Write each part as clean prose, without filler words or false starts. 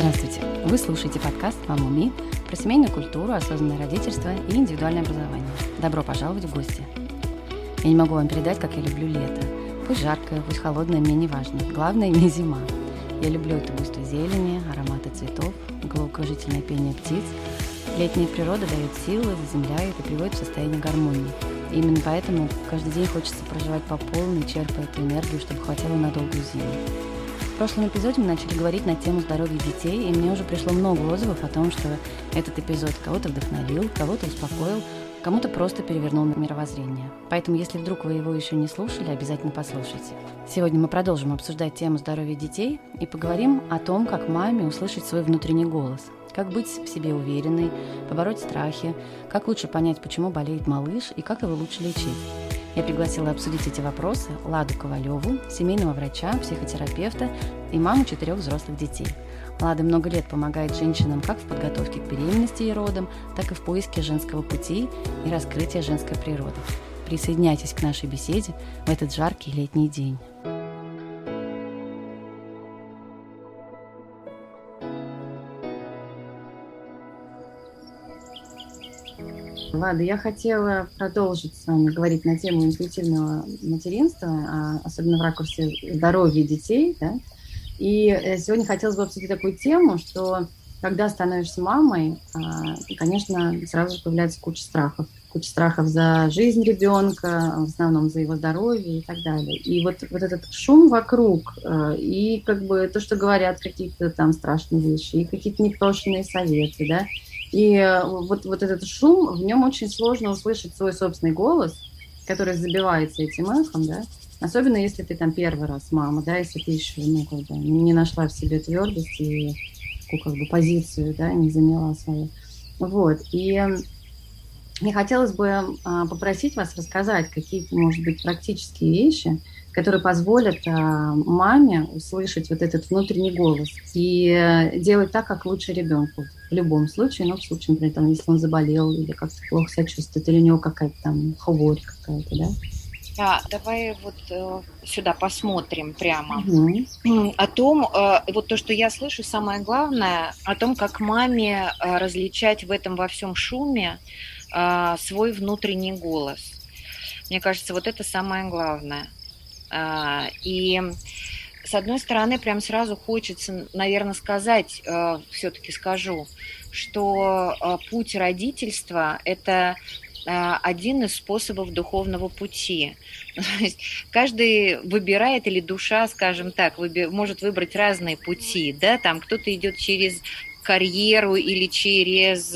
Здравствуйте! Вы слушаете подкаст «Мама Ми» про семейную культуру, осознанное родительство и индивидуальное образование. Добро пожаловать в гости! Я не могу вам передать, как я люблю лето. Пусть жаркое, пусть холодное, мне не важно. Главное, не зима. Я люблю это буйство зелени, ароматы цветов, головокружительное пение птиц. Летняя природа дает силы, заземляет и приводит в состояние гармонии. И именно поэтому каждый день хочется проживать по полной, черпая эту энергию, чтобы хватило на долгую зиму. В прошлом эпизоде мы начали говорить на тему здоровья детей, и мне уже пришло много отзывов о том, что этот эпизод кого-то вдохновил, кого-то успокоил, кому-то просто перевернул мировоззрение. Поэтому, если вдруг вы его еще не слушали, обязательно послушайте. Сегодня мы продолжим обсуждать тему здоровья детей и поговорим о том, как маме услышать свой внутренний голос, как быть в себе уверенной, побороть страхи, как лучше понять, почему болеет малыш и как его лучше лечить. Я пригласила обсудить эти вопросы Ладу Ковалеву, семейного врача, психотерапевта и маму 4 взрослых детей. Лада много лет помогает женщинам как в подготовке к беременности и родам, так и в поиске женского пути и раскрытия женской природы. Присоединяйтесь к нашей беседе в этот жаркий летний день. Лада, я хотела продолжить с вами говорить на тему интуитивного материнства, особенно в ракурсе здоровья детей. Да? И сегодня хотелось бы обсудить такую тему, что когда становишься мамой, конечно, сразу же появляется куча страхов. Куча страхов за жизнь ребенка, в основном за его здоровье и так далее. И вот этот шум вокруг, и как бы то, что говорят какие-то там страшные вещи, и какие-то непрошенные советы, да, и вот этот шум, в нем очень сложно услышать свой собственный голос, который забивается этим эхом, да, особенно если ты там первый раз мама, да, если ты еще, не нашла в себе твердость и такую, позицию, да, не заняла свою. Вот, и мне хотелось бы попросить вас рассказать какие-то, может быть, практические вещи, которые позволят маме услышать вот этот внутренний голос и делать так, как лучше ребенку. В любом случае, но в случае, например, там, если он заболел или как-то плохо себя чувствует, или у него какая-то там хворь какая-то, да? Да, давай вот сюда посмотрим прямо о том, вот то, что я слышу, самое главное, о том, как маме различать в этом во всем шуме свой внутренний голос. Мне кажется, вот это самое главное. И с одной стороны, прям сразу хочется, наверное, сказать, все-таки скажу, что путь родительства – это один из способов духовного пути. Каждый выбирает, или душа, скажем так, может выбрать разные пути. Да? Там кто-то идет через карьеру или через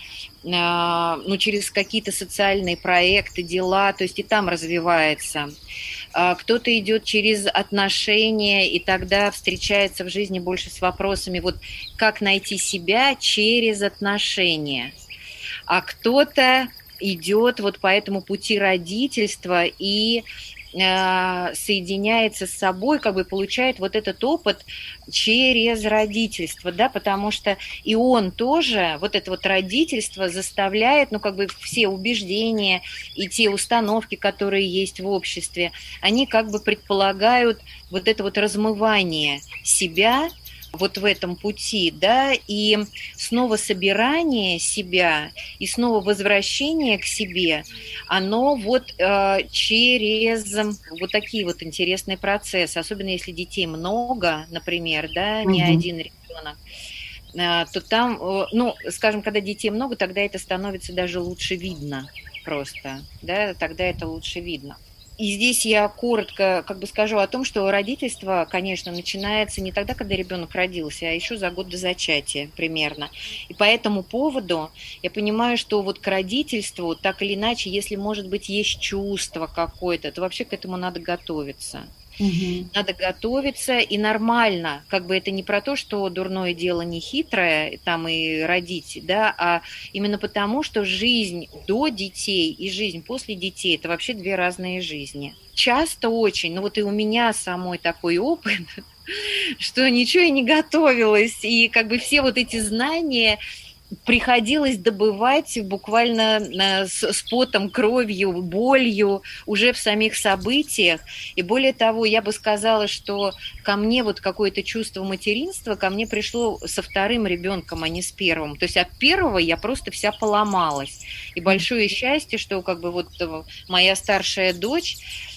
какие-то социальные проекты, дела, то есть и там развивается. Кто-то идет через отношения, и тогда встречается в жизни больше с вопросами, вот как найти себя через отношения. А кто-то идет вот по этому пути родительства и соединяется с собой, как бы получает вот этот опыт через родительство, да, потому что и он тоже, вот это вот родительство заставляет, все убеждения и те установки, которые есть в обществе, они как бы предполагают вот это вот размывание себя вот в этом пути, да, и снова собирание себя и снова возвращение к себе, оно вот через вот такие вот интересные процессы, особенно если детей много, например, да, не один ребенок, то там, скажем, когда детей много, тогда это становится даже лучше видно просто, да, тогда это лучше видно. И здесь я коротко скажу о том, что родительство, конечно, начинается не тогда, когда ребенок родился, а еще за год до зачатия примерно. И по этому поводу я понимаю, что вот к родительству, так или иначе, если, может быть, есть чувство какое-то, то вообще к этому надо готовиться. Надо готовиться, и нормально, это не про то, что дурное дело не хитрое, там и родить, да, а именно потому, что жизнь до детей и жизнь после детей – это вообще 2 разные жизни. Часто очень, и у меня самой такой опыт, что ничего я не готовилась, и все вот эти знания приходилось добывать буквально с потом, кровью, болью уже в самих событиях. И более того, я бы сказала, что ко мне вот какое-то чувство материнства ко мне пришло со вторым ребенком, а не с первым. То есть от первого я просто вся поломалась. И большое счастье, что как бы вот моя старшая дочь,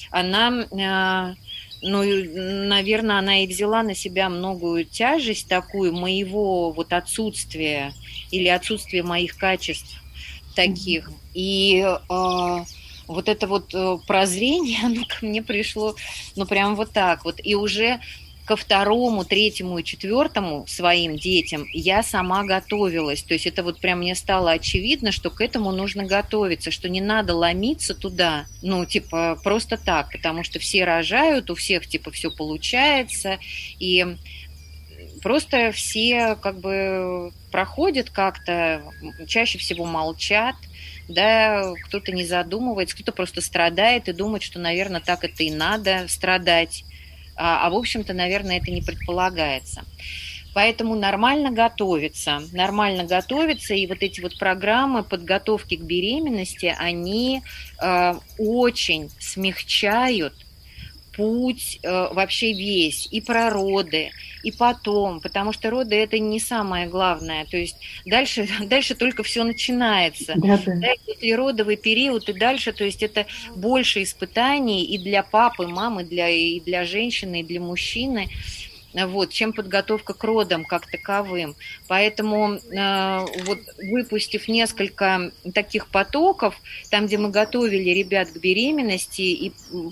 она... Ну, наверное, она и взяла на себя многую тяжесть такую моего вот отсутствия или отсутствия моих качеств таких. И вот это вот прозрение, оно ко мне пришло, ну, прям вот так вот. И уже ко второму, третьему и четвертому своим детям я сама готовилась. То есть это вот прям мне стало очевидно, что к этому нужно готовиться, что не надо ломиться туда, ну, типа, просто так, потому что все рожают, у всех, типа, все получается, и просто все, как бы, проходят как-то, чаще всего молчат, да, кто-то не задумывается, кто-то просто страдает и думает, что, наверное, так это и надо страдать. А в общем-то, наверное, это не предполагается. Поэтому нормально готовиться, и вот эти вот программы подготовки к беременности, они очень смягчают путь вообще весь, и про роды, и потом, потому что роды это не самое главное, то есть дальше только все начинается. Да, послеродовый период и дальше, то есть это больше испытаний и для папы, мамы, и для женщины, и для мужчины, вот, чем подготовка к родам как таковым. Поэтому вот выпустив несколько таких потоков, там, где мы готовили ребят к беременности,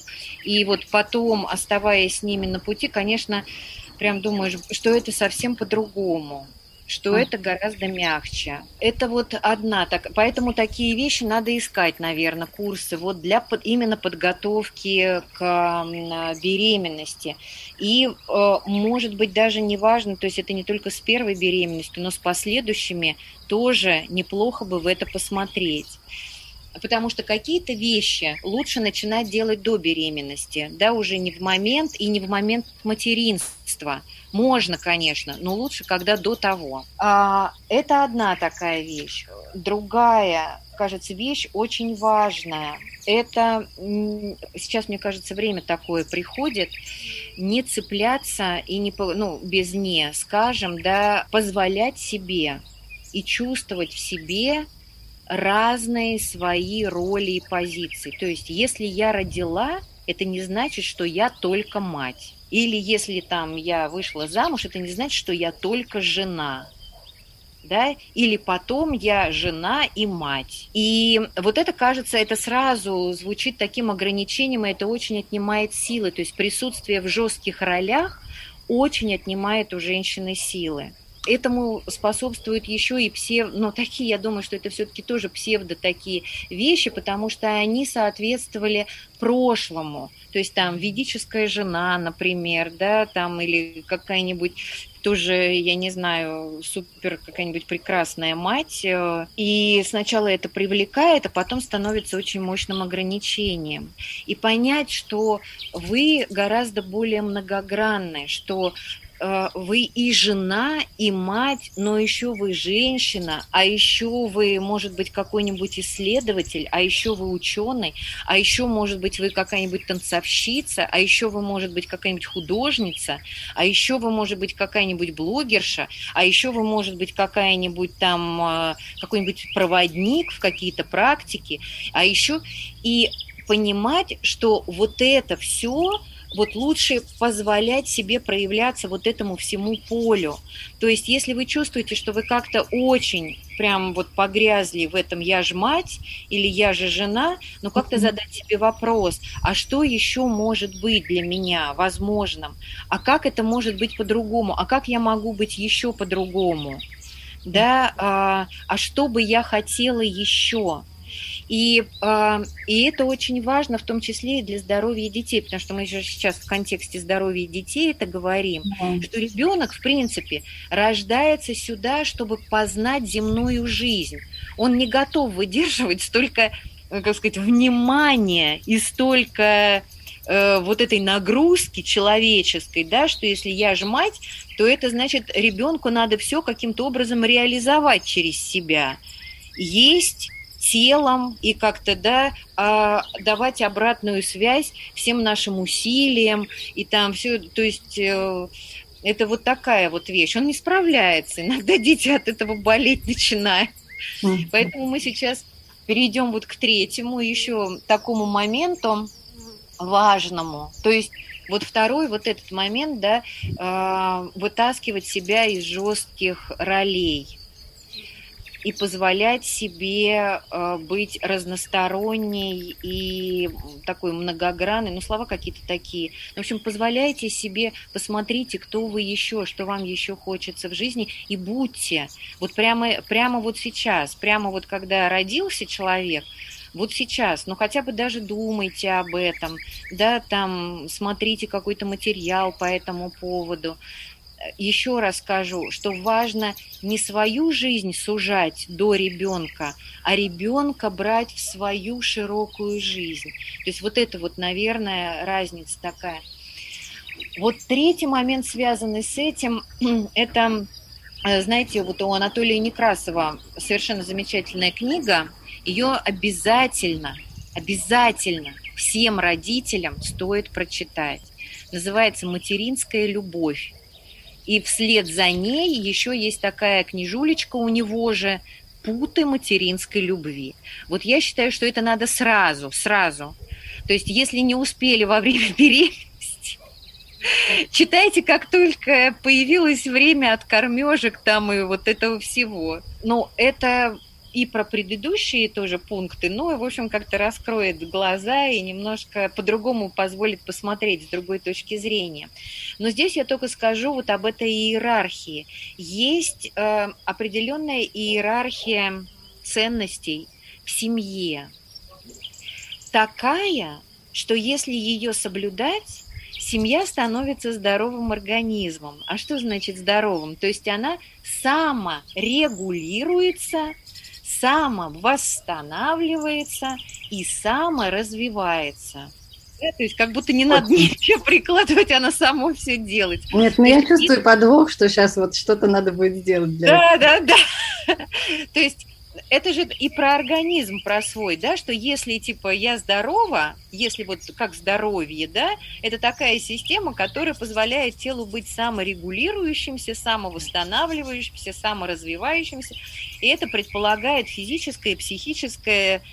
и вот потом, оставаясь с ними на пути, конечно, прям думаешь, что это совсем по-другому, что это гораздо мягче. Это вот одна, поэтому такие вещи надо искать, наверное, курсы вот для именно подготовки к беременности. И, может быть, даже не важно, то есть это не только с первой беременностью, но с последующими тоже неплохо бы в это посмотреть. Потому что какие-то вещи лучше начинать делать до беременности, да, уже не в момент и не в момент материнства. Можно, конечно, но лучше, когда до того. Это одна такая вещь. Другая, кажется, вещь очень важная. Это сейчас, мне кажется, время такое приходит, не цепляться и не, ну, без «не», скажем, да, позволять себе и чувствовать в себе разные свои роли и позиции. То есть, если я родила, это не значит, что я только мать. Или если там я вышла замуж, это не значит, что я только жена. Да? Или потом я жена и мать. И вот это, кажется, это сразу звучит таким ограничением, и это очень отнимает силы. То есть присутствие в жестких ролях очень отнимает у женщины силы. Этому способствуют еще и но такие, я думаю, что это все-таки тоже псевдо такие вещи, потому что они соответствовали прошлому. То есть там ведическая жена, например, да, там или какая-нибудь тоже, я не знаю, супер какая-нибудь прекрасная мать. И сначала это привлекает, а потом становится очень мощным ограничением. И понять, что вы гораздо более многогранны, что вы и жена, и мать, но еще вы женщина, а еще вы, может быть, какой-нибудь исследователь, а еще вы ученый, а еще, может быть, вы какая-нибудь танцовщица, а еще вы, может быть, какая-нибудь художница, а еще вы, может быть, какая-нибудь блогерша, а еще вы, может быть, какая-нибудь там, какой-нибудь проводник в какие-то практики, а еще и понимать, что вот это все вот лучше позволять себе проявляться вот этому всему полю. То есть если вы чувствуете, что вы как-то очень прям вот погрязли в этом «я же мать» или «я же жена», но как-то задать себе вопрос, а что еще может быть для меня возможным? А как это может быть по-другому? А как я могу быть еще по-другому? Да? А что бы я хотела еще? И это очень важно, в том числе и для здоровья детей, потому что мы же сейчас в контексте здоровья детей это говорим, что ребенок, в принципе, рождается сюда, чтобы познать земную жизнь. Он не готов выдерживать столько, как сказать, внимания и столько вот этой нагрузки человеческой, да, что если я же мать, то это значит, ребенку надо все каким-то образом реализовать через себя, есть телом и как-то, да, давать обратную связь всем нашим усилиям и там все, то есть это вот такая вот вещь. Он не справляется, иногда дети от этого болеть начинают. Поэтому мы сейчас перейдем вот к третьему еще такому моменту важному. То есть вот второй вот этот момент, да, вытаскивать себя из жестких ролей и позволять себе быть разносторонней и такой многогранной, ну, слова какие-то такие. В общем, позволяйте себе, посмотрите, кто вы еще, что вам еще хочется в жизни, и будьте. Вот прямо вот сейчас, прямо вот когда родился человек, вот сейчас, ну хотя бы даже думайте об этом, да, там смотрите какой-то материал по этому поводу. Еще раз скажу, что важно не свою жизнь сужать до ребенка, а ребенка брать в свою широкую жизнь. То есть вот это вот, наверное, разница такая. Вот третий момент, связанный с этим, это, знаете, вот у Анатолия Некрасова совершенно замечательная книга. Ее обязательно всем родителям стоит прочитать. Называется «Материнская любовь». И вслед за ней еще есть такая книжулечка у него же «Путы материнской любви». Вот я считаю, что это надо сразу. То есть если не успели во время беременности, читайте, как только появилось время от кормежек там и вот этого всего. Но это и про предыдущие тоже пункты, ну и, в общем, как-то раскроет глаза и немножко по-другому позволит посмотреть с другой точки зрения. Но здесь я только скажу вот об этой иерархии. Есть определенная иерархия ценностей в семье. Такая, что если ее соблюдать, семья становится здоровым организмом. А что значит здоровым? То есть она саморегулируется, самовосстанавливается и саморазвивается. Да, то есть как будто не надо ничего прикладывать, она само все делает. Нет, ну я чувствую подвох, что сейчас вот что-то надо будет сделать для этого. Да. То есть это же и про организм, про свой, да, что если, типа, я здорова, если вот как здоровье, да, это такая система, которая позволяет телу быть саморегулирующимся, самовосстанавливающимся, саморазвивающимся, и это предполагает физическое, психическое,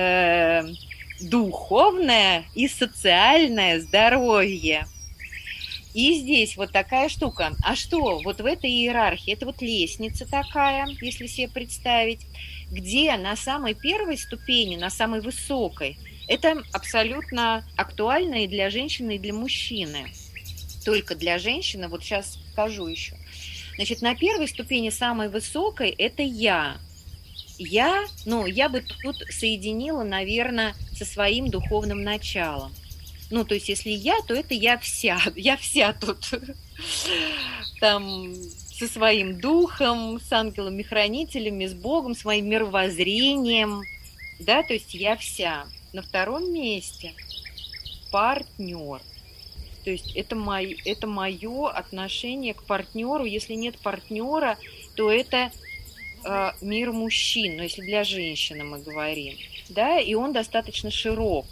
духовное и социальное здоровье. И здесь вот такая штука. А что вот в этой иерархии? Это вот лестница такая, если себе представить, где на самой первой ступени, на самой высокой, это абсолютно актуально и для женщины, и для мужчины. Только для женщины, вот сейчас скажу еще. Значит, на первой ступени самой высокой это я. Я бы тут соединила, наверное, со своим духовным началом. Ну, то есть, если я, то это я вся тут, там, со своим духом, с ангелами-хранителями, с Богом, с моим мировоззрением, да, то есть я вся. На втором месте партнер, то есть это мое отношение к партнеру. Если нет партнера, то это мир мужчин, но если для женщины мы говорим, да, и он достаточно широк.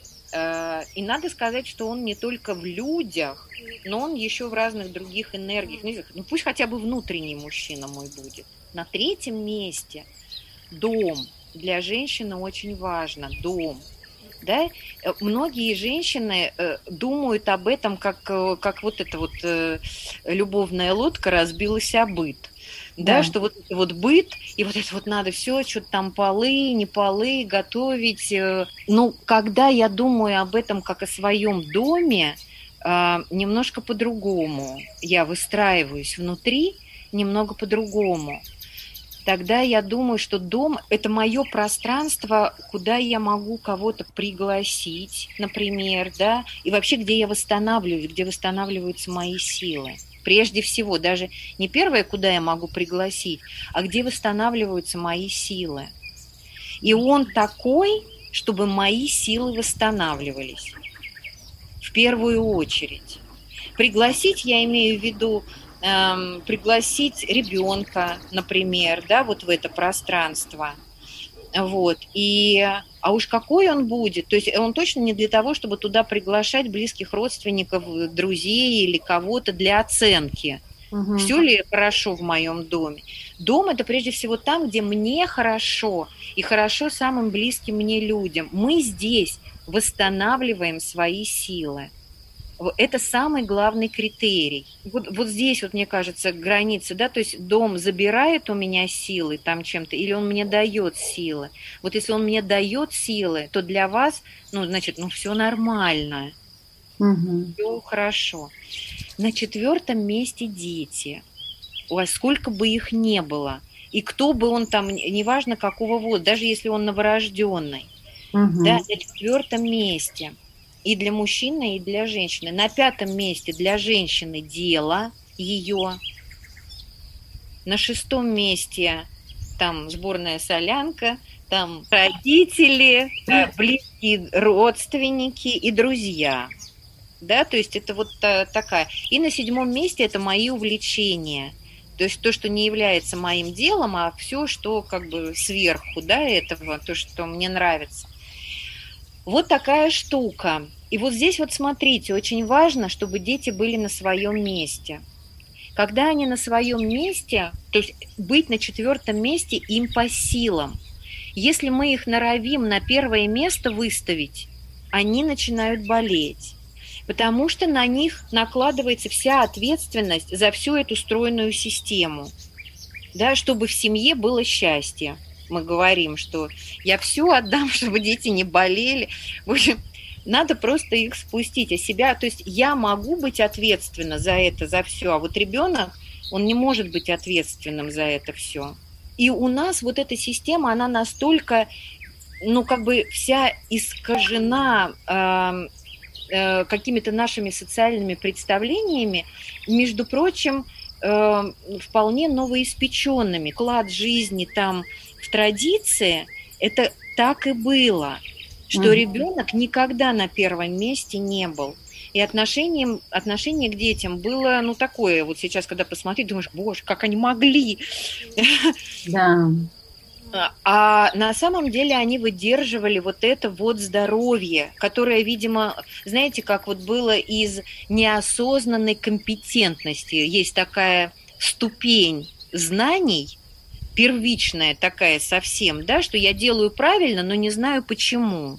И надо сказать, что он не только в людях, но он еще в разных других энергиях. Ну, пусть хотя бы внутренний мужчина мой будет. На третьем месте дом. Для женщины очень важно дом. Да? Многие женщины думают об этом, как вот эта вот любовная лодка разбилась о быт. Да, что вот это вот быт, и вот это вот надо все, что-то там полы, не полы, готовить. Ну, когда я думаю об этом как о своем доме, немножко по-другому. Я выстраиваюсь внутри немного по-другому. Тогда я думаю, что дом – это мое пространство, куда я могу кого-то пригласить, например, да, и вообще, где я восстанавливаю, где восстанавливаются мои силы. Прежде всего, даже не первое, куда я могу пригласить, а где восстанавливаются мои силы. И он такой, чтобы мои силы восстанавливались. в первую очередь. Пригласить, я имею в виду, пригласить ребенка, например, да, вот в это пространство. Вот. А уж какой он будет, то есть он точно не для того, чтобы туда приглашать близких родственников, друзей или кого-то для оценки. Угу. Все ли хорошо в моем доме? Дом – это прежде всего там, где мне хорошо, и хорошо самым близким мне людям. Мы здесь восстанавливаем свои силы. Это самый главный критерий. Вот здесь, вот, мне кажется, граница, да, то есть дом забирает у меня силы там чем-то, или он мне дает силы. Вот если он мне дает силы, то для вас, значит, все нормально, все хорошо. На 4-м месте дети. У вас сколько бы их не было, и кто бы он там, неважно какого возраста, даже если он новорожденный, да, на 4-м месте. И для мужчины, и для женщины. На 5-м месте для женщины дело ее. На 6-м месте там сборная солянка, там родители, близкие родственники и друзья. Да, то есть это вот такая. И на 7-м месте это мои увлечения. То есть то, что не является моим делом, а все, что как бы сверху, да, этого, то, что мне нравится. Вот такая штука. И вот здесь вот смотрите, очень важно, чтобы дети были на своем месте. Когда они на своем месте, то есть быть на 4-м месте им по силам. Если мы их норовим на 1-е место выставить, они начинают болеть. Потому что на них накладывается вся ответственность за всю эту стройную систему. Да, чтобы в семье было счастье. Мы говорим, что я все отдам, чтобы дети не болели. В общем, надо просто их спустить, а себя... То есть я могу быть ответственна за это, за все, а вот ребенок, он не может быть ответственным за это все. И у нас вот эта система, она настолько, вся искажена какими-то нашими социальными представлениями, между прочим, вполне новоиспеченными. Вклад жизни там в традиции, это так и было, что ребенок никогда на 1-м месте не был. И отношение к детям было, такое, вот сейчас, когда посмотреть, думаешь, боже, как они могли. Да. А на самом деле они выдерживали вот это вот здоровье, которое, видимо, знаете, как вот было из неосознанной компетентности. Есть такая ступень знаний, первичная такая совсем, да, что я делаю правильно, но не знаю почему.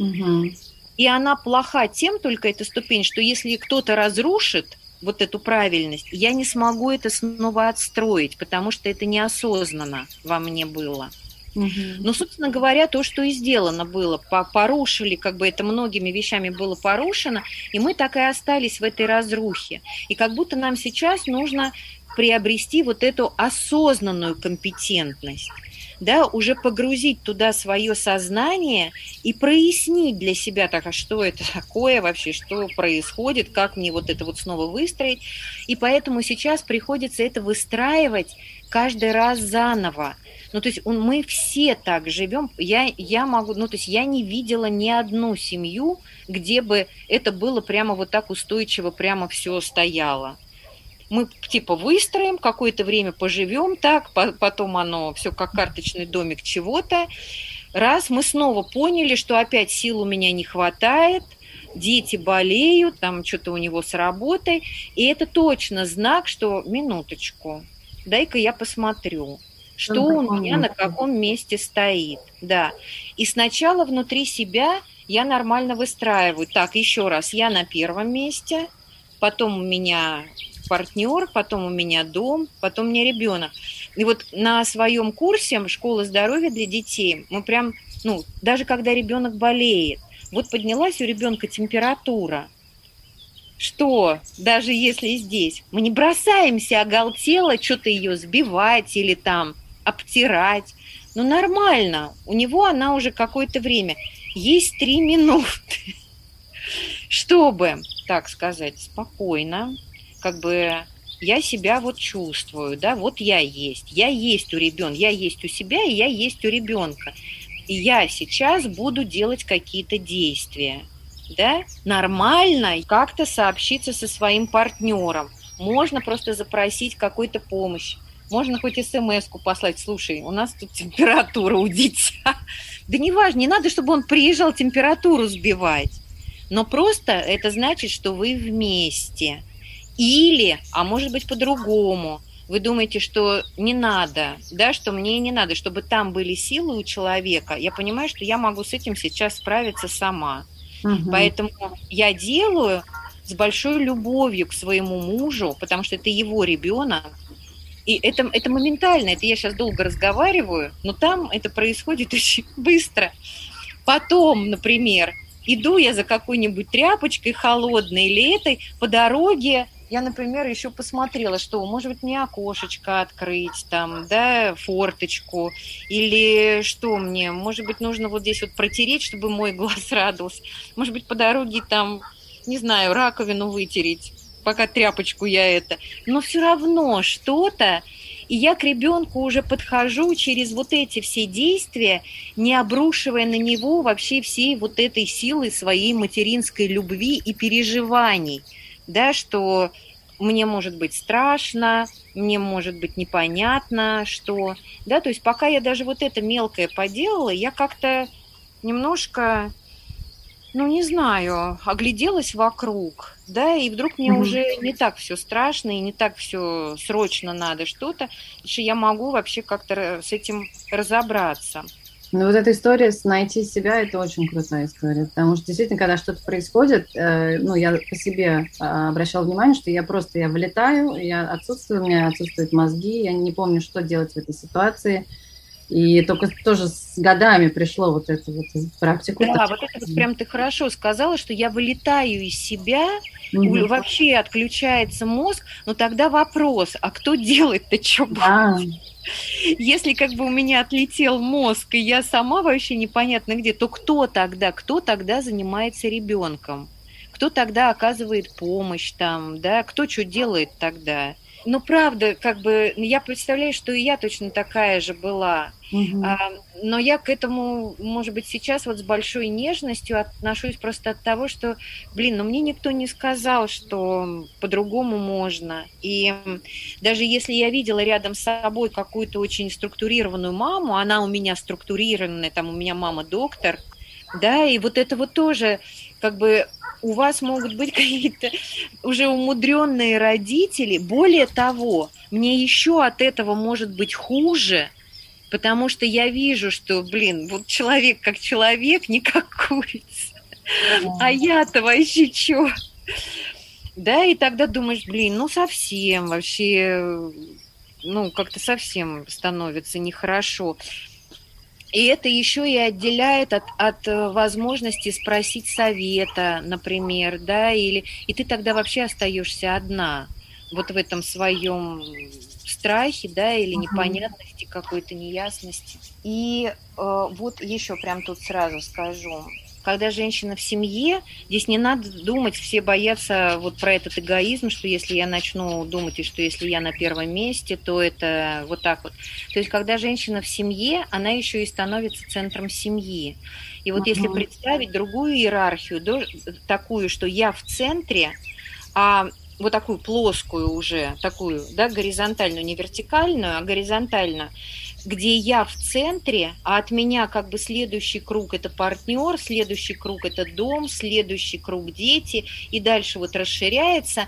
И она плоха тем, только эта ступень, что если кто-то разрушит вот эту правильность, я не смогу это снова отстроить, потому что это неосознанно во мне было. Но, собственно говоря, то, что и сделано было, порушили, это многими вещами было порушено, и мы так и остались в этой разрухе. И как будто нам сейчас нужно приобрести вот эту осознанную компетентность, да, уже погрузить туда свое сознание и прояснить для себя, а что это такое вообще, что происходит, как мне вот это вот снова выстроить. И поэтому сейчас приходится это выстраивать каждый раз заново. То есть мы все так живем. Я могу, то есть я не видела ни одну семью, где бы это было прямо вот так устойчиво, прямо все стояло. Мы выстроим, какое-то время поживем так, потом оно все как карточный домик чего-то. Раз, мы снова поняли, что опять сил у меня не хватает, дети болеют, там что-то у него с работой, и это точно знак, что минуточку, дай-ка я посмотрю, что у меня на каком месте стоит. Да. И сначала внутри себя я нормально выстраиваю. Так, еще раз, я на 1-м месте, потом у меня партнер, потом у меня дом, потом у меня ребенок. И вот на своем курсе «Школа здоровья для детей» мы прям, даже когда ребенок болеет, вот поднялась у ребенка температура, что даже если здесь мы не бросаемся оголтело что-то ее сбивать или там обтирать, нормально, у него она уже какое-то время. Есть 3 минуты, чтобы, так сказать, спокойно, я себя вот чувствую, да, вот я есть у ребенка, я есть у себя, и я есть у ребенка. И я сейчас буду делать какие-то действия. да, нормально как-то сообщиться со своим партнером. Можно просто запросить какую-то помощь. Можно хоть смс-ку послать: слушай, у нас тут температура у дитя. Да неважно, не надо, чтобы он приезжал температуру сбивать. Но просто это значит, что вы вместе. Или, а может быть по-другому, вы думаете, что не надо, да, что мне не надо, чтобы там были силы у человека. Я понимаю, что я могу с этим сейчас справиться сама. Поэтому я делаю с большой любовью к своему мужу, потому что это его ребенок. И это моментально, это я сейчас долго разговариваю, но там это происходит очень быстро. Потом, например, иду я за какой-нибудь тряпочкой холодной или этой, по дороге я, например, еще посмотрела, что, может быть, мне окошечко открыть, там, да, форточку, или что мне, может быть, нужно вот здесь вот протереть, чтобы мой глаз радовался, может быть, по дороге там, не знаю, раковину вытереть, пока тряпочку я это, но все равно что-то, и я к ребенку уже подхожу через вот эти все действия, не обрушивая на него вообще всей вот этой силы своей материнской любви и переживаний, да, что мне может быть страшно, мне может быть непонятно, что, да, то есть пока я даже вот это мелкое поделала, я как-то немножко, ну, не знаю, огляделась вокруг, да, и вдруг мне уже не так все страшно и не так все срочно надо что-то, что я могу вообще как-то с этим разобраться. Ну, вот эта история с найти себя – это очень крутая история, потому что действительно, когда что-то происходит, ну, я по себе обращала внимание, что я вылетаю, я отсутствую, у меня отсутствуют мозги, я не помню, что делать в этой ситуации, и только тоже с годами пришло вот это вот практику. Да, вот это вот прям ты хорошо сказала, что я вылетаю из себя, вообще отключается мозг, но тогда вопрос, а кто делает-то что будет? Если как бы у меня отлетел мозг, и я сама вообще непонятно где, то кто тогда занимается ребенком? Кто тогда оказывает помощь там, да? Кто что делает тогда? Ну, правда, как бы, я представляю, что и я точно такая же была. Но я к этому, может быть, сейчас вот с большой нежностью отношусь просто от того, что, ну мне никто не сказал, что по-другому можно. И даже если я видела рядом с собой какую-то очень структурированную маму, она у меня структурированная, там у меня мама доктор, да, и вот это вот тоже как бы у вас могут быть какие-то уже умудренные родители. Более того, мне еще от этого может быть хуже, потому что я вижу, что, вот человек как человек, не как курица. А я-то вообще что? Да, и тогда думаешь, ну совсем вообще, ну как-то совсем становится нехорошо. И это еще и отделяет от возможности спросить совета, например, да, и ты тогда вообще остаешься одна, вот в этом своем страхе, да, или непонятности какой-то, неясности. И вот еще прям тут сразу скажу, когда женщина в семье, здесь не надо думать, все боятся вот про этот эгоизм, что если я начну думать, и что если я на первом месте, то это вот так вот. То есть, когда женщина в семье, она еще и становится центром семьи. И вот если представить другую иерархию, такую, что я в центре, а вот такую плоскую уже, такую, да, горизонтальную, не вертикальную, а горизонтальную, где я в центре, а от меня как бы следующий круг – это партнер, следующий круг – это дом, следующий круг – дети, и дальше вот расширяется.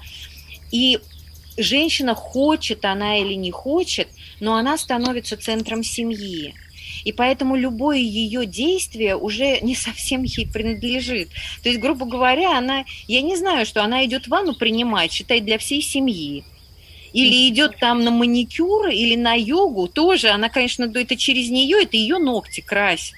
И женщина, хочет она или не хочет, но она становится центром семьи. И поэтому любое ее действие уже не совсем ей принадлежит. То есть, грубо говоря, я не знаю, что она идет ванну принимать, считай, для всей семьи. Или идет там на маникюр, или на йогу, тоже, она, конечно, это через нее, это ее ногти красит.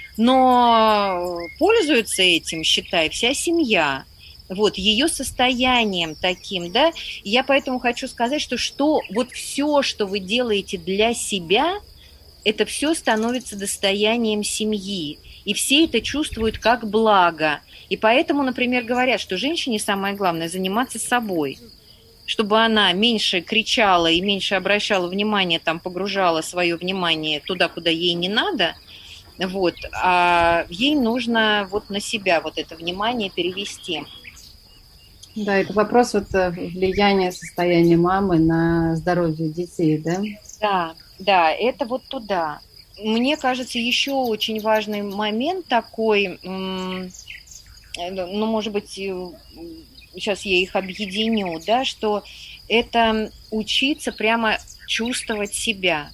Но пользуется этим, считай, вся семья. Вот, ее состоянием таким, да. И я поэтому хочу сказать, что вот все, что вы делаете для себя, это все становится достоянием семьи. И все это чувствуют как благо. И поэтому, например, говорят, что женщине самое главное заниматься собой, чтобы она меньше кричала и меньше обращала внимание, там, погружала свое внимание туда, куда ей не надо, Вот, а ей нужно вот на себя вот это внимание перевести. Да, это вопрос вот влияния состояния мамы на здоровье детей, да? Да, это вот туда. Мне кажется, еще очень важный момент такой, ну, может быть, сейчас я их объединю, да, что это учиться прямо чувствовать себя.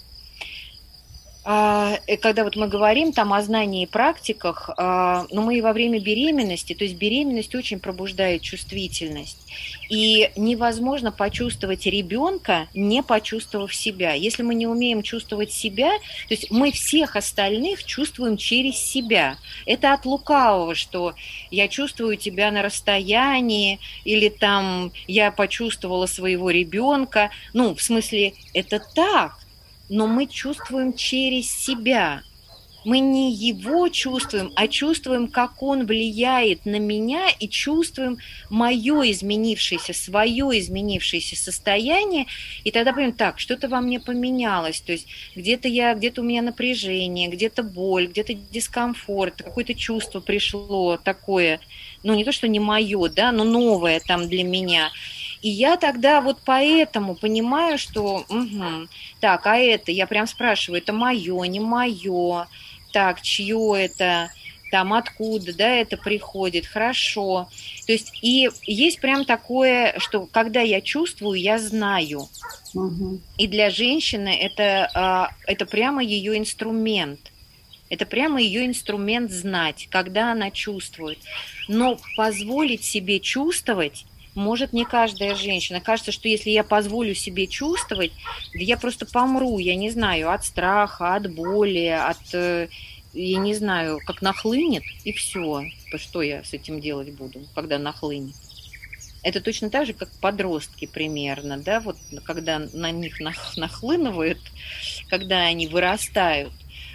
Когда вот мы говорим там о знании и практиках, но мы и во время беременности, то есть беременность очень пробуждает чувствительность. И невозможно почувствовать ребенка, не почувствовав себя. Если мы не умеем чувствовать себя, то есть мы всех остальных чувствуем через себя. Это от лукавого, что я чувствую тебя на расстоянии, или там я почувствовала своего ребенка. Ну, в смысле, это так. Но мы чувствуем через себя. Мы не его чувствуем, а чувствуем, как он влияет на меня, и чувствуем мое изменившееся, свое изменившееся состояние, и тогда понимаем, так, что-то во мне поменялось, то есть где-то у меня напряжение, где-то боль, где-то дискомфорт, какое-то чувство пришло такое, ну не то, что не мое, да, но новое там для меня. И я тогда вот поэтому понимаю, что, так, а это, я прям спрашиваю, это мое, не мое, так, чье это, там, откуда, да, это приходит, хорошо. То есть и есть прям такое, что когда я чувствую, я знаю. И для женщины это прямо ее инструмент. Это прямо ее инструмент знать, когда она чувствует. Но позволить себе чувствовать может не каждая женщина. Кажется, что если я позволю себе чувствовать, я просто помру, я не знаю, от страха, от боли, я не знаю, как нахлынет, и все. Что я с этим делать буду, когда нахлынет? Это точно так же, как подростки примерно, да, вот когда на них нахлынывают, когда они вырастают.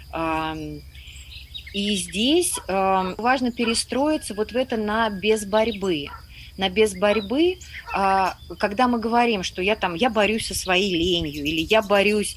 И здесь важно перестроиться вот в это на без борьбы. На без борьбы, когда мы говорим, что я борюсь со своей ленью, или я борюсь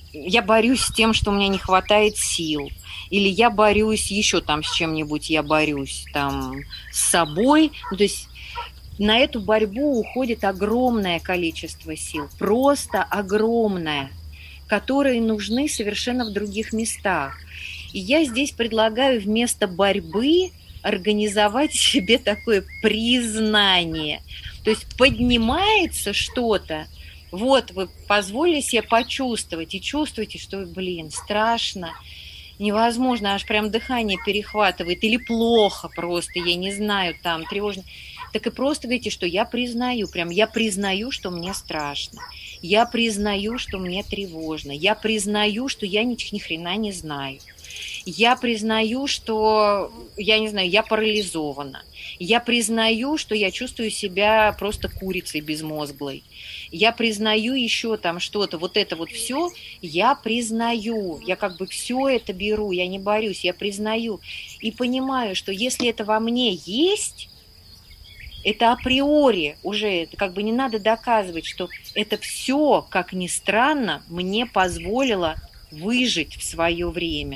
с тем, что у меня не хватает сил, или я борюсь еще там с чем-нибудь, я борюсь там с собой. Ну, то есть на эту борьбу уходит огромное количество сил, просто огромное, которые нужны совершенно в других местах. И я здесь предлагаю вместо борьбы организовать себе такое признание. То есть поднимается что-то, вот вы позволили себе почувствовать, и чувствуете, что, страшно, невозможно, аж прям дыхание перехватывает, или плохо просто, я не знаю, там, тревожно. Так и просто говорите, что я признаю, что мне страшно, я признаю, что мне тревожно, я признаю, что я ни хрена не знаю. Я признаю, что, я не знаю, я парализована. Я признаю, что я чувствую себя просто курицей безмозглой. Я признаю еще там что-то, вот это вот все, я признаю. Я как бы все это беру, я не борюсь, я признаю. И понимаю, что если это во мне есть, это априори уже, это как бы не надо доказывать, что это все, как ни странно, мне позволило выжить в свое время.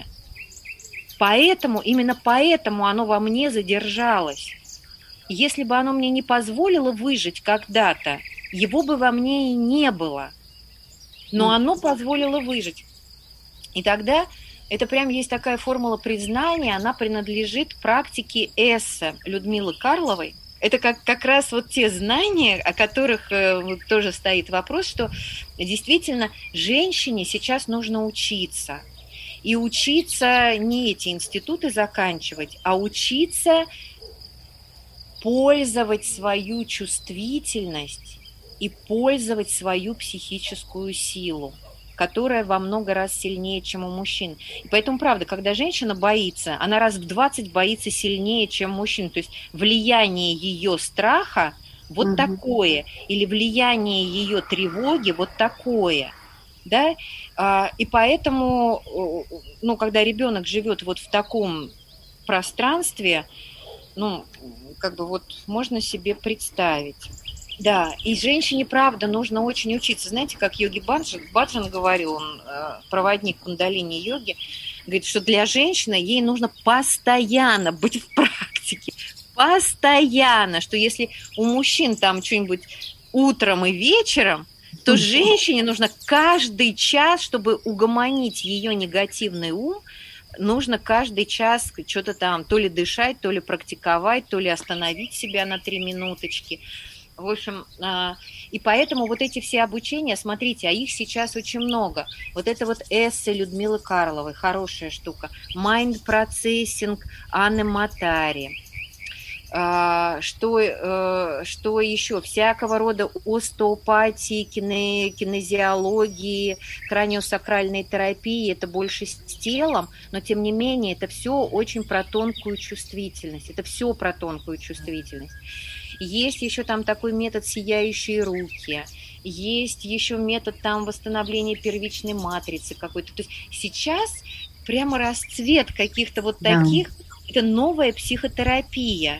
Именно поэтому оно во мне задержалось. Если бы оно мне не позволило выжить когда-то, его бы во мне и не было. Но оно позволило выжить. И тогда это прям есть такая формула признания, она принадлежит практике эссе Людмилы Карловой. Это как раз вот те знания, о которых тоже стоит вопрос, что действительно женщине сейчас нужно учиться. И учиться не эти институты заканчивать, а учиться пользовать свою чувствительность и пользовать свою психическую силу, которая во много раз сильнее, чем у мужчин. И поэтому, правда, когда женщина боится, она раз в 20 боится сильнее, чем мужчина. То есть влияние ее страха вот такое, или влияние ее тревоги вот такое. Да? И поэтому, когда ребенок живет вот в таком пространстве, можно себе представить. Да, и женщине, правда, нужно очень учиться. Знаете, как йоги Баджан говорил, он проводник кундалини-йоги, говорит, что для женщины ей нужно постоянно быть в практике, постоянно, что если у мужчин там что-нибудь утром и вечером, то женщине нужно каждый час, чтобы угомонить ее негативный ум, нужно каждый час что-то там то ли дышать, то ли практиковать, то ли остановить себя на 3 минуточки. В общем, и поэтому вот эти все обучения, смотрите, а их сейчас очень много. Вот это вот эссе Людмилы Карловой, хорошая штука. Mind Processing Анны Матари. Что еще? Всякого рода остеопатии, кинезиологии, краниосакральной терапии. Это больше с телом, но тем не менее это все очень про тонкую чувствительность. Это все про тонкую чувствительность. Есть еще там такой метод «сияющие руки», есть еще метод там восстановления первичной матрицы какой-то. То есть сейчас прямо расцвет каких-то вот таких, это новая психотерапия,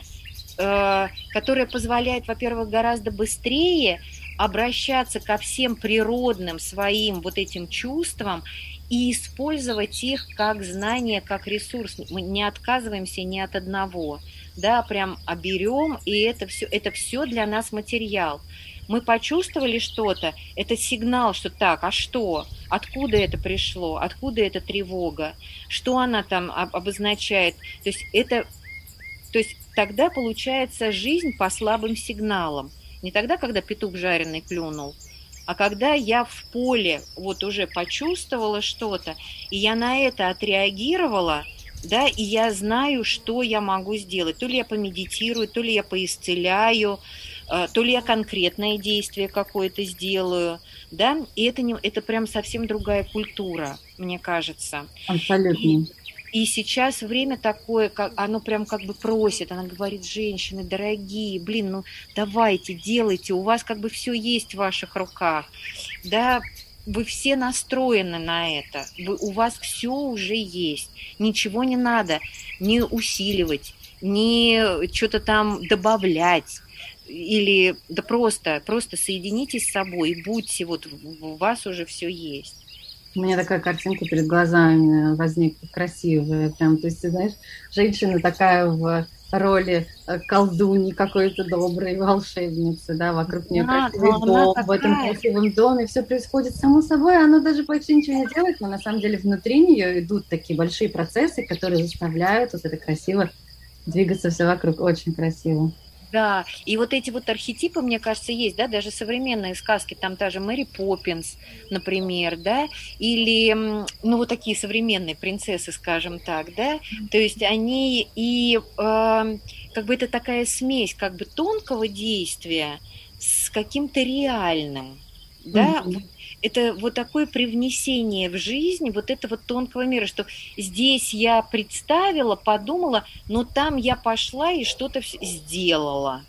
которая позволяет, во-первых, гораздо быстрее обращаться ко всем природным своим вот этим чувствам и использовать их как знание, как ресурс. Мы не отказываемся ни от одного, да, прям берем, и это все для нас материал. Мы почувствовали что-то, это сигнал, что так, а что? Откуда это пришло? Откуда эта тревога? Что она там обозначает? То есть тогда получается жизнь по слабым сигналам. Не тогда, когда петух жареный клюнул, а когда я в поле вот уже почувствовала что-то, и я на это отреагировала, да, и я знаю, что я могу сделать. То ли я помедитирую, то ли я поисцеляю, то ли я конкретное действие какое-то сделаю, да, и это прям совсем другая культура, мне кажется. Абсолютно. И сейчас время такое, оно прям как бы просит, она говорит: женщины дорогие, ну давайте, делайте, у вас как бы все есть в ваших руках, да, вы все настроены на это, у вас все уже есть, ничего не надо ни усиливать, ни что-то там добавлять, или да просто соединитесь с собой и будьте, вот у вас уже все есть. У меня такая картинка перед глазами возникла, красивая. Прям, то есть, ты знаешь, женщина такая в роли колдуньи какой-то доброй волшебницы, да, вокруг нее красивый дом, в этом красивом доме все происходит само собой, она даже почти ничего не делает, но на самом деле внутри нее идут такие большие процессы, которые заставляют вот это красиво двигаться все вокруг. Очень красиво. Да, и вот эти вот архетипы, мне кажется, есть, да, даже современные сказки, там та же Мэри Поппинс, например, да, или, ну, вот такие современные принцессы, скажем так, да, то есть они и как бы это такая смесь как бы тонкого действия с каким-то реальным, да, это вот такое привнесение в жизнь вот этого тонкого мира, что здесь я представила, подумала, но там я пошла и что-то сделала.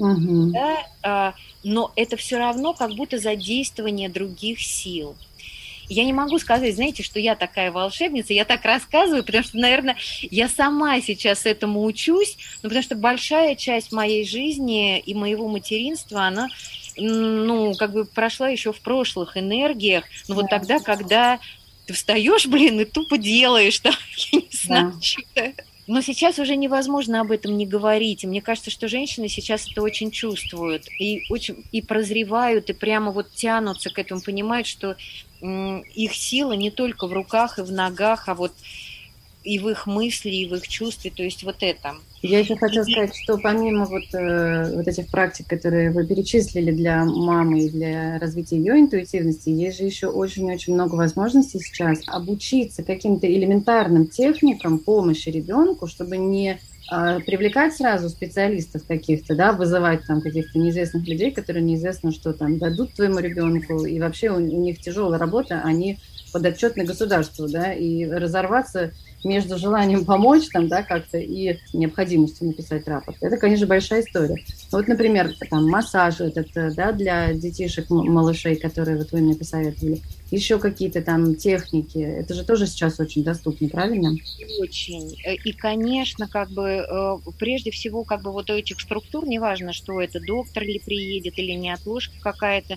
Да? Но это все равно как будто задействование других сил. Я не могу сказать, знаете, что я такая волшебница, я так рассказываю, потому что, наверное, я сама сейчас этому учусь, но потому что большая часть моей жизни и моего материнства, она, ну, как бы прошла еще в прошлых энергиях, но вот тогда, когда ты встаешь, и тупо делаешь, да, я не знаю, что-то. Но сейчас уже невозможно об этом не говорить. И мне кажется, что женщины сейчас это очень чувствуют и прозревают, и прямо вот тянутся к этому, понимают, что их сила не только в руках и в ногах, а вот и в их мысли, и в их чувстве, то есть вот это. Я еще хотела сказать, что помимо вот этих практик, которые вы перечислили для мамы и для развития ее интуитивности, есть же еще очень-очень много возможностей сейчас обучиться каким-то элементарным техникам помощи ребенку, чтобы не привлекать сразу специалистов каких-то, да, вызывать там каких-то неизвестных людей, которые неизвестно, что там дадут твоему ребенку, и вообще у них тяжелая работа, они подотчетны государству, да, и разорваться между желанием помочь там, да, как-то и необходимостью написать рапорт. Это, конечно, большая история. Вот, например, там массаж этот, да, для детишек, малышей, которые вот вы мне посоветовали, еще какие-то там техники, это же тоже сейчас очень доступно, правильно? Очень. И, конечно, как бы прежде всего, как бы вот у этих структур, неважно, что это, доктор ли приедет или неотложка какая-то,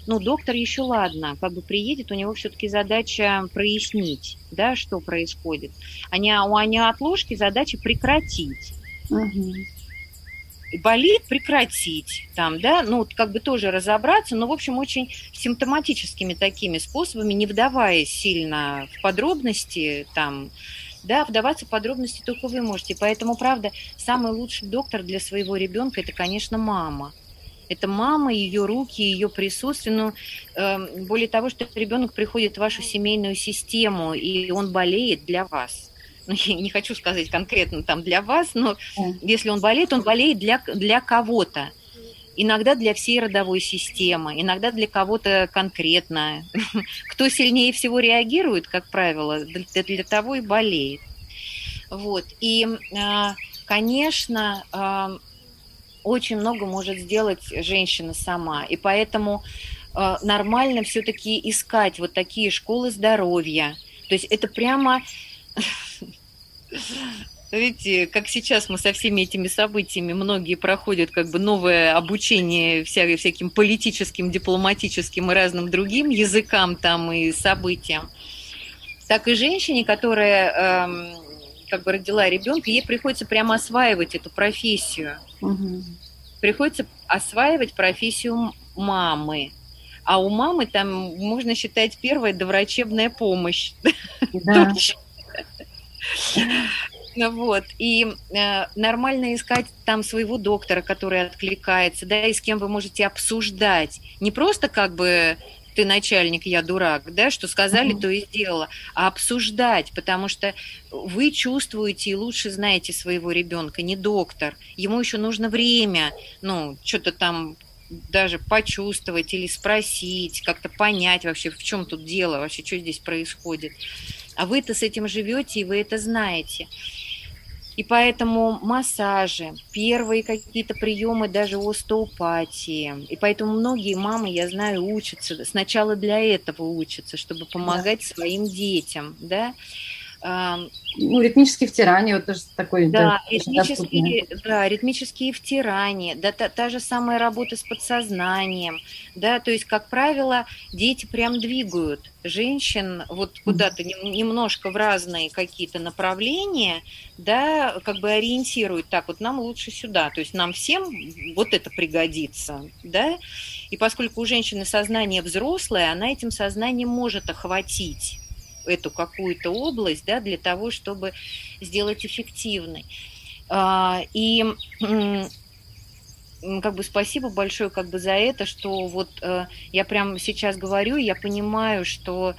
ну, доктор еще ладно, как бы приедет, у него все-таки задача прояснить, да, что происходит. А у неотложки задача прекратить. Угу. Болит, прекратить, там, да, ну, как бы тоже разобраться, но, в общем, очень симптоматическими такими способами, не вдаваясь сильно в подробности, там, да, вдаваться в подробности только вы можете. Поэтому, правда, самый лучший доктор для своего ребенка – это, конечно, мама. Это мама, ее руки, ее присутствие. Но более того, что ребенок приходит в вашу семейную систему, и он болеет для вас. Ну, я не хочу сказать конкретно там для вас, но если он болеет для кого-то. Иногда для всей родовой системы, иногда для кого-то конкретно. Кто сильнее всего реагирует, как правило, для того и болеет. Вот. И, конечно, очень много может сделать женщина сама. И поэтому нормально все-таки искать вот такие школы здоровья. То есть это прямо... Видите, как сейчас мы со всеми этими событиями, многие проходят как бы новое обучение всяким политическим, дипломатическим и разным другим языкам там и событиям, так и женщине, которая как бы родила ребенка, ей приходится прямо осваивать эту профессию. Угу. Приходится осваивать профессию мамы. А у мамы там, можно считать, первая доврачебная помощь. Да. Вот. И нормально искать там своего доктора, который откликается, да, и с кем вы можете обсуждать. Не просто как бы ты начальник, я дурак, да, что сказали, то и сделала, а обсуждать, потому что вы чувствуете и лучше знаете своего ребенка, не доктор. Ему еще нужно время, ну, что-то там даже почувствовать или спросить, как-то понять вообще, в чем тут дело, вообще, что здесь происходит. А вы-то с этим живете, и вы это знаете. И поэтому массажи, первые какие-то приемы даже остеопатии. И поэтому многие мамы, я знаю, учатся, сначала для этого учатся, чтобы помогать своим детям, да. Ну, ритмические втирания, вот тоже такой... Да, ритмические втирания, да, та же самая работа с подсознанием, да, то есть, как правило, дети прям двигают женщин вот куда-то немножко в разные какие-то направления, да, как бы ориентируют, так вот нам лучше сюда, то есть нам всем вот это пригодится, да, и поскольку у женщины сознание взрослое, она этим сознанием может охватить эту какую-то область, да, для того, чтобы сделать эффективной. И как бы спасибо большое как бы за это, что вот я прямо сейчас говорю, я понимаю, что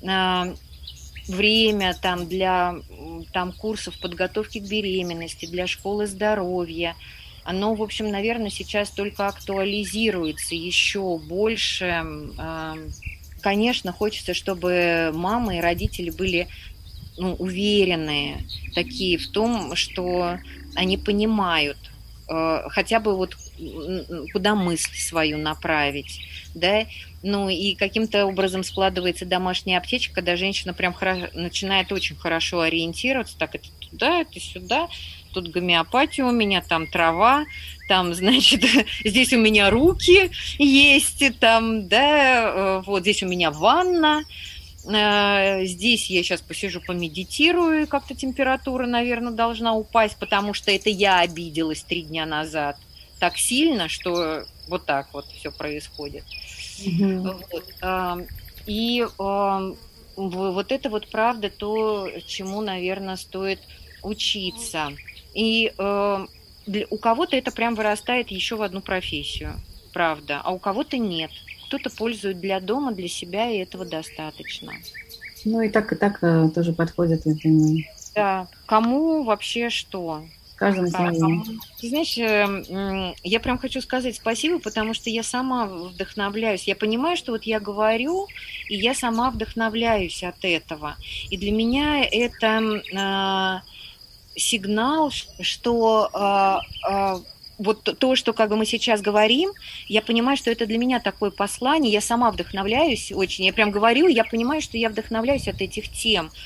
время там для там курсов подготовки к беременности, для школы здоровья, оно, в общем, наверное, сейчас только актуализируется еще больше. Конечно, хочется, чтобы мамы и родители были уверенные такие в том, что они понимают хотя бы вот куда мысль свою направить, да, ну и каким-то образом складывается домашняя аптечка, когда женщина прям начинает очень хорошо ориентироваться, так это туда, это сюда, тут гомеопатия у меня, там трава, там, значит, здесь у меня руки есть, там, да, вот здесь у меня ванна, здесь я сейчас посижу, помедитирую, как-то температура, наверное, должна упасть, потому что это я обиделась 3 дня назад так сильно, что вот так вот все происходит. Вот. И вот это вот правда то, чему, наверное, стоит учиться. И у кого-то это прям вырастает еще в одну профессию, правда, а у кого-то нет. Кто-то пользует для дома, для себя, и этого достаточно. Ну и так тоже подходит, я понимаю. Да, кому вообще что? Каждому своему. Ты знаешь, я прям хочу сказать спасибо, потому что я сама вдохновляюсь. Я понимаю, что вот я говорю, и я сама вдохновляюсь от этого. И для меня это сигнал, что вот то, что как бы мы сейчас говорим, я понимаю, что это для меня такое послание. Я сама вдохновляюсь очень. Я прям говорю, я понимаю, что я вдохновляюсь от этих тем.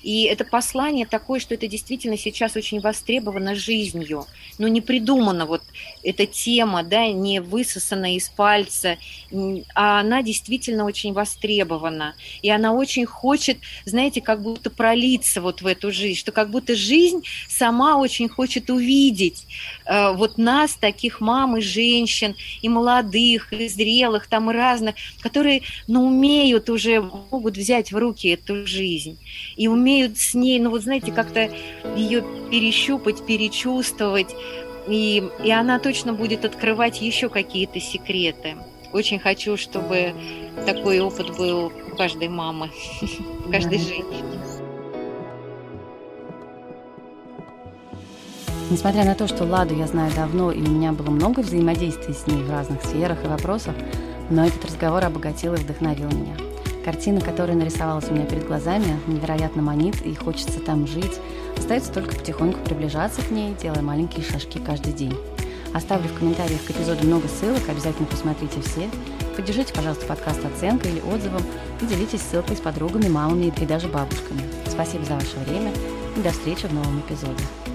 И это послание такое, что это действительно сейчас очень востребовано жизнью. Но не придумана вот эта тема, да, не высосана из пальца, а она действительно очень востребована. И она очень хочет, знаете, как будто пролиться вот в эту жизнь, что как будто жизнь сама очень хочет увидеть вот нас, таких мам и женщин, и молодых, и зрелых, там и разных, которые, ну, умеют уже, могут взять в руки эту жизнь. И умеют с ней, ну, вот знаете, как-то ее перещупать, перечувствовать. И она точно будет открывать еще какие-то секреты. Очень хочу, чтобы такой опыт был у каждой мамы, у каждой женщины. Несмотря на то, что Ладу я знаю давно, и у меня было много взаимодействий с ней в разных сферах и вопросах, но этот разговор обогатил и вдохновил меня. Картина, которая нарисовалась у меня перед глазами, невероятно манит, и хочется там жить. Остается только потихоньку приближаться к ней, делая маленькие шажки каждый день. Оставлю в комментариях к эпизоду много ссылок, обязательно посмотрите все. Поддержите, пожалуйста, подкаст оценкой или отзывом и делитесь ссылкой с подругами, мамами и даже бабушками. Спасибо за ваше время и до встречи в новом эпизоде.